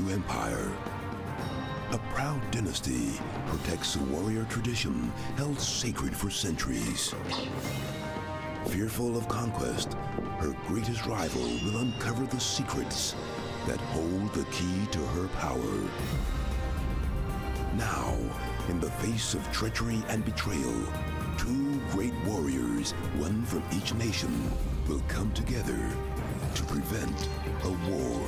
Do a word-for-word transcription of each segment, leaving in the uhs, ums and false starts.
empire. A proud dynasty protects a warrior tradition held sacred for centuries. Fearful of conquest, her greatest rival will uncover the secrets that hold the key to her power. Now, in the face of treachery and betrayal, two great warriors, one from each nation, will come together to prevent a war.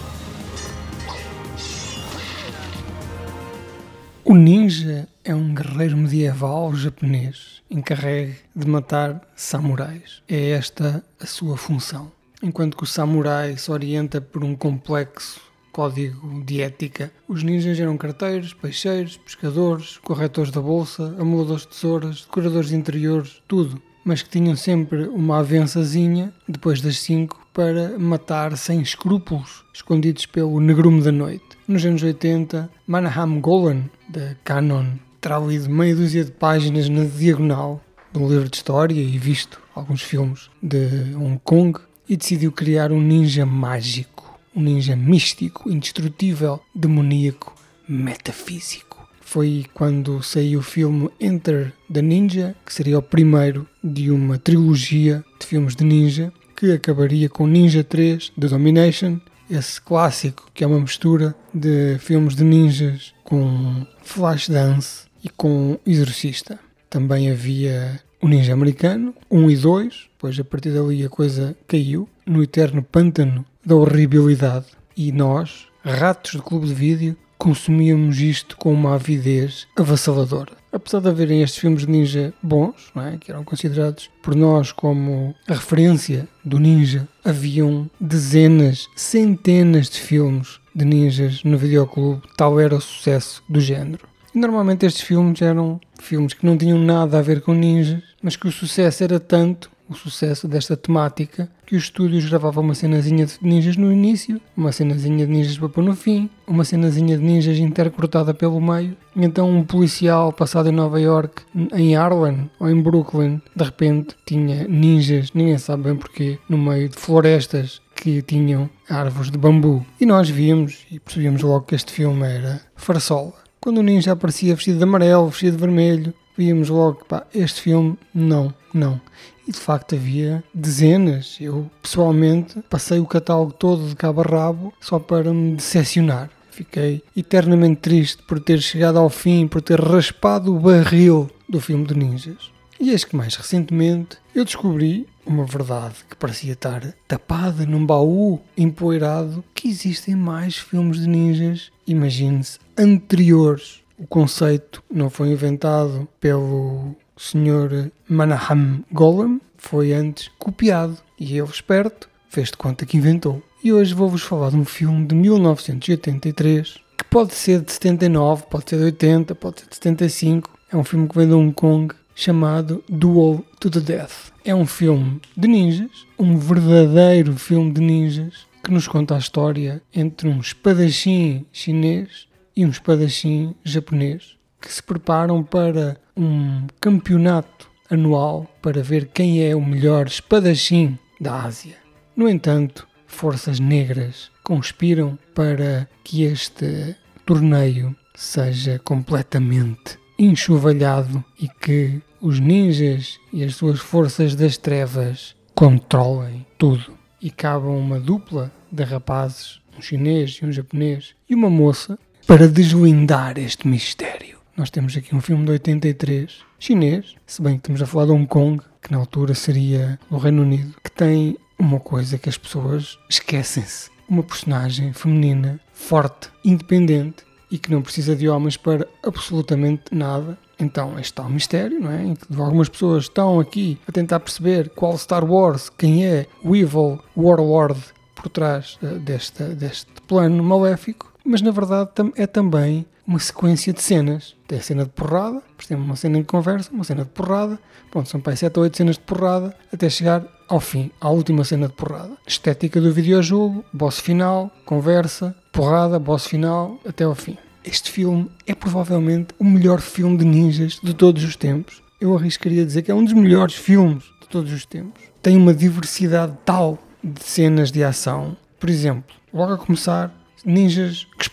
O ninja é um guerreiro medieval japonês encarregue de matar samurais. É esta a sua função. Enquanto que o samurai se orienta por um complexo código de ética, os ninjas eram carteiros, peixeiros, pescadores, corretores da bolsa, amuladores de tesouras, decoradores de interiores, tudo, mas que tinham sempre uma avençazinha, depois das cinco, para matar sem escrúpulos, escondidos pelo negrume da noite. Nos anos oitenta, Manaham Golan, da Canon, terá lido meia dúzia de páginas na diagonal de um livro de história e visto alguns filmes de Hong Kong e decidiu criar um ninja mágico. Um ninja místico, indestrutível, demoníaco, metafísico. Foi quando saiu o filme Enter the Ninja, que seria o primeiro de uma trilogia de filmes de ninja, que acabaria com Ninja três, The Domination, esse clássico que é uma mistura de filmes de ninjas com Flashdance e com Exorcista. Também havia o Ninja Americano, um e dois, pois a partir dali a coisa caiu no eterno pântano da horribilidade, e nós, ratos de clube de vídeo, consumíamos isto com uma avidez avassaladora. Apesar de haverem estes filmes de ninja bons, não é? Que eram considerados por nós como a referência do ninja, haviam dezenas, centenas de filmes de ninjas no videoclube, tal era o sucesso do género. E normalmente estes filmes eram filmes que não tinham nada a ver com ninjas, mas que o sucesso era tanto, o sucesso desta temática, que os estúdios gravavam uma cenazinha de ninjas no início, uma cenazinha de ninjas para pôr no fim, uma cenazinha de ninjas intercortada pelo meio, e então um policial passado em Nova York, em Harlem ou em Brooklyn, de repente tinha ninjas, ninguém sabe bem porquê, no meio de florestas que tinham árvores de bambu. E nós víamos e percebíamos logo que este filme era farsola. Quando o ninja aparecia vestido de amarelo, vestido de vermelho, víamos logo que pá, este filme não, não. E de facto havia dezenas. Eu pessoalmente passei o catálogo todo de cabo a rabo só para me decepcionar. Fiquei eternamente triste por ter chegado ao fim, por ter raspado o barril do filme de ninjas. E eis que mais recentemente eu descobri uma verdade que parecia estar tapada num baú empoeirado, que existem mais filmes de ninjas, imagine-se, anteriores. O conceito não foi inventado pelo senhor Manaham Golan, foi antes copiado e ele, esperto, fez de conta que inventou. E hoje vou-vos falar de um filme de mil novecentos e oitenta e três, que pode ser de setenta e nove, pode ser de oitenta, pode ser de setenta e cinco. É um filme que vem de Hong Kong, chamado Duel to the Death. É um filme de ninjas, um verdadeiro filme de ninjas, que nos conta a história entre um espadachim chinês e um espadachim japonês, que se preparam para um campeonato anual para ver quem é o melhor espadachim da Ásia. No entanto, forças negras conspiram para que este torneio seja completamente enxovalhado e que os ninjas e as suas forças das trevas controlem tudo. E cabe uma dupla de rapazes, um chinês e um japonês, e uma moça, para deslindar este mistério. Nós temos aqui um filme de oitenta e três, chinês, se bem que estamos a falar de Hong Kong, que na altura seria o Reino Unido, que tem uma coisa que as pessoas esquecem-se. Uma personagem feminina, forte, independente e que não precisa de homens para absolutamente nada. Então este tal mistério, não é? Em que algumas pessoas estão aqui a tentar perceber qual Star Wars, quem é o Evil Warlord por trás uh, deste, deste plano maléfico, mas na verdade é também uma sequência de cenas. Tem a cena de porrada, por exemplo, uma cena de conversa, uma cena de porrada, pronto, são para aí sete ou oito cenas de porrada, até chegar ao fim, à última cena de porrada. Estética do videojogo, boss final, conversa, porrada, boss final, até ao fim. Este filme é provavelmente o melhor filme de ninjas de todos os tempos. Eu arriscaria dizer que é um dos melhores filmes de todos os tempos. Tem uma diversidade tal de cenas de ação. Por exemplo, logo a começar, ninjas que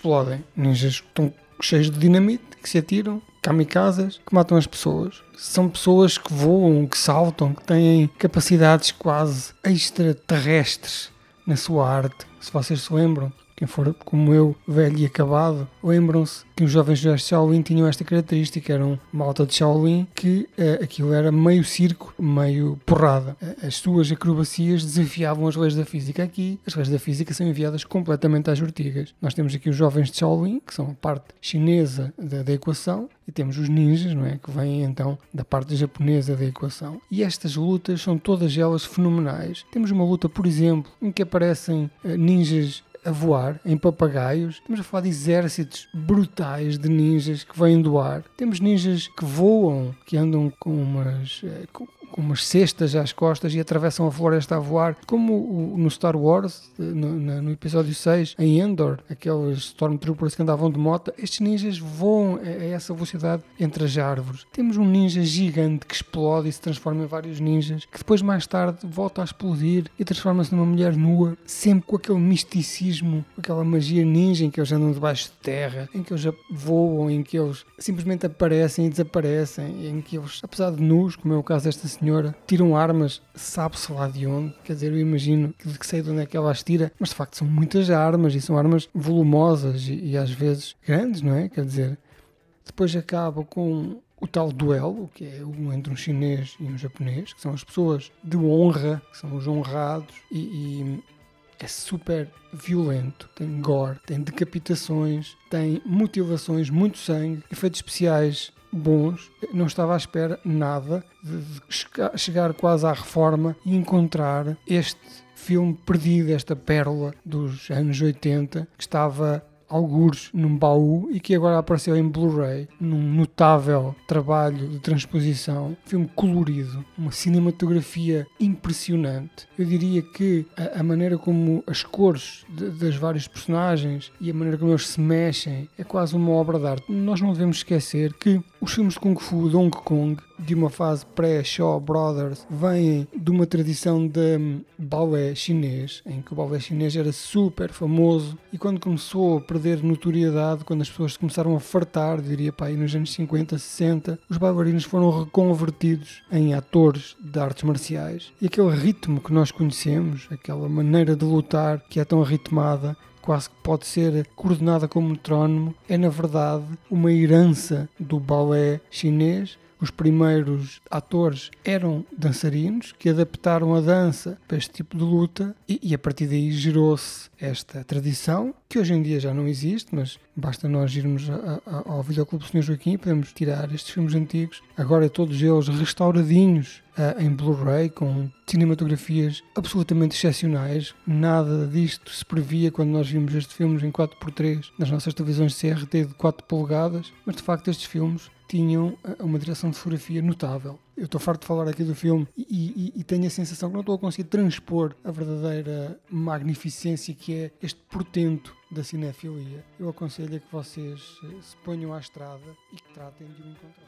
explodem. Ninjas que estão cheios de dinamite, que se atiram, kamikazes, que matam as pessoas. São pessoas que voam, que saltam, que têm capacidades quase extraterrestres na sua arte. Se vocês se lembram, quem for como eu, velho e acabado, lembram-se que os jovens de Shaolin tinham esta característica, eram malta de Shaolin, que uh, aquilo era meio circo, meio porrada. As suas acrobacias desafiavam as leis da física. Aqui, as leis da física são enviadas completamente às ortigas. Nós temos aqui os jovens de Shaolin, que são a parte chinesa da, da equação, e temos os ninjas, não é? Que vêm então da parte japonesa da equação. E estas lutas são todas elas fenomenais. Temos uma luta, por exemplo, em que aparecem uh, ninjas a voar em papagaios. Estamos a falar de exércitos brutais de ninjas que vêm do ar. Temos ninjas que voam, que andam com umas, com, com umas cestas às costas e atravessam a floresta a voar, como o, no Star Wars, no, no episódio seis, em Endor, aqueles Stormtroopers que andavam de moto. Estes ninjas voam a, a essa velocidade entre as árvores. Temos um ninja gigante que explode e se transforma em vários ninjas, que depois mais tarde volta a explodir e transforma-se numa mulher nua, sempre com aquele misticismo, aquela magia ninja em que eles andam debaixo de terra, em que eles voam, em que eles simplesmente aparecem e desaparecem, em que eles, apesar de nus, como é o caso desta senhora, tiram armas, sabe-se lá de onde. Quer dizer, eu imagino que, que sei de onde é que ela as tira, mas de facto são muitas armas e são armas volumosas e, e às vezes grandes, não é? Quer dizer, depois acaba com o tal duelo, que é um entre um chinês e um japonês, que são as pessoas de honra, que são os honrados, e, e é super violento, tem gore, tem decapitações, tem mutilações, muito sangue, efeitos especiais bons. Não estava à espera nada de, de chegar quase à reforma e encontrar este filme perdido, esta pérola dos anos oitenta, que estava algures num baú e que agora apareceu em Blu-ray, num notável trabalho de transposição, filme colorido, uma cinematografia impressionante. Eu diria que a, a maneira como as cores de, das vários personagens e a maneira como eles se mexem é quase uma obra de arte. Nós não devemos esquecer que os filmes de Kung Fu de Hong Kong, de uma fase pré-Shaw Brothers, vêm de uma tradição de balé chinês, em que o balé chinês era super famoso, e quando começou a perder notoriedade, quando as pessoas começaram a fartar, diria pá, aí nos anos cinquenta, sessenta, os bailarinos foram reconvertidos em atores de artes marciais, e aquele ritmo que nós conhecemos, aquela maneira de lutar que é tão ritmada, quase que pode ser coordenada como metrónomo, é na verdade uma herança do balé chinês. Os primeiros atores eram dançarinos que adaptaram a dança para este tipo de luta e, e a partir daí gerou-se esta tradição, que hoje em dia já não existe, mas basta nós irmos a, a, ao Videoclube do senhor Joaquim e podemos tirar estes filmes antigos, agora todos eles restauradinhos uh, em Blu-ray, com cinematografias absolutamente excepcionais. Nada disto se previa quando nós vimos estes filmes em quatro por três nas nossas televisões C R T de quatro polegadas, mas de facto estes filmes tinham uma direção de fotografia notável. Eu estou farto de falar aqui do filme e, e, e tenho a sensação que não estou a conseguir transpor a verdadeira magnificência que é este portento da cinefilia. Eu aconselho a que vocês se ponham à estrada e que tratem de o encontrar.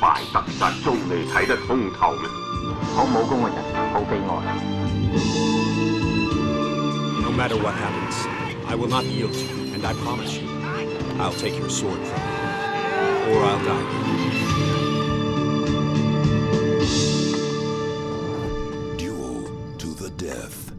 No matter what happens, I will not yield to you, and I promise you, I'll take your sword from you, or I'll die. Duel to the death.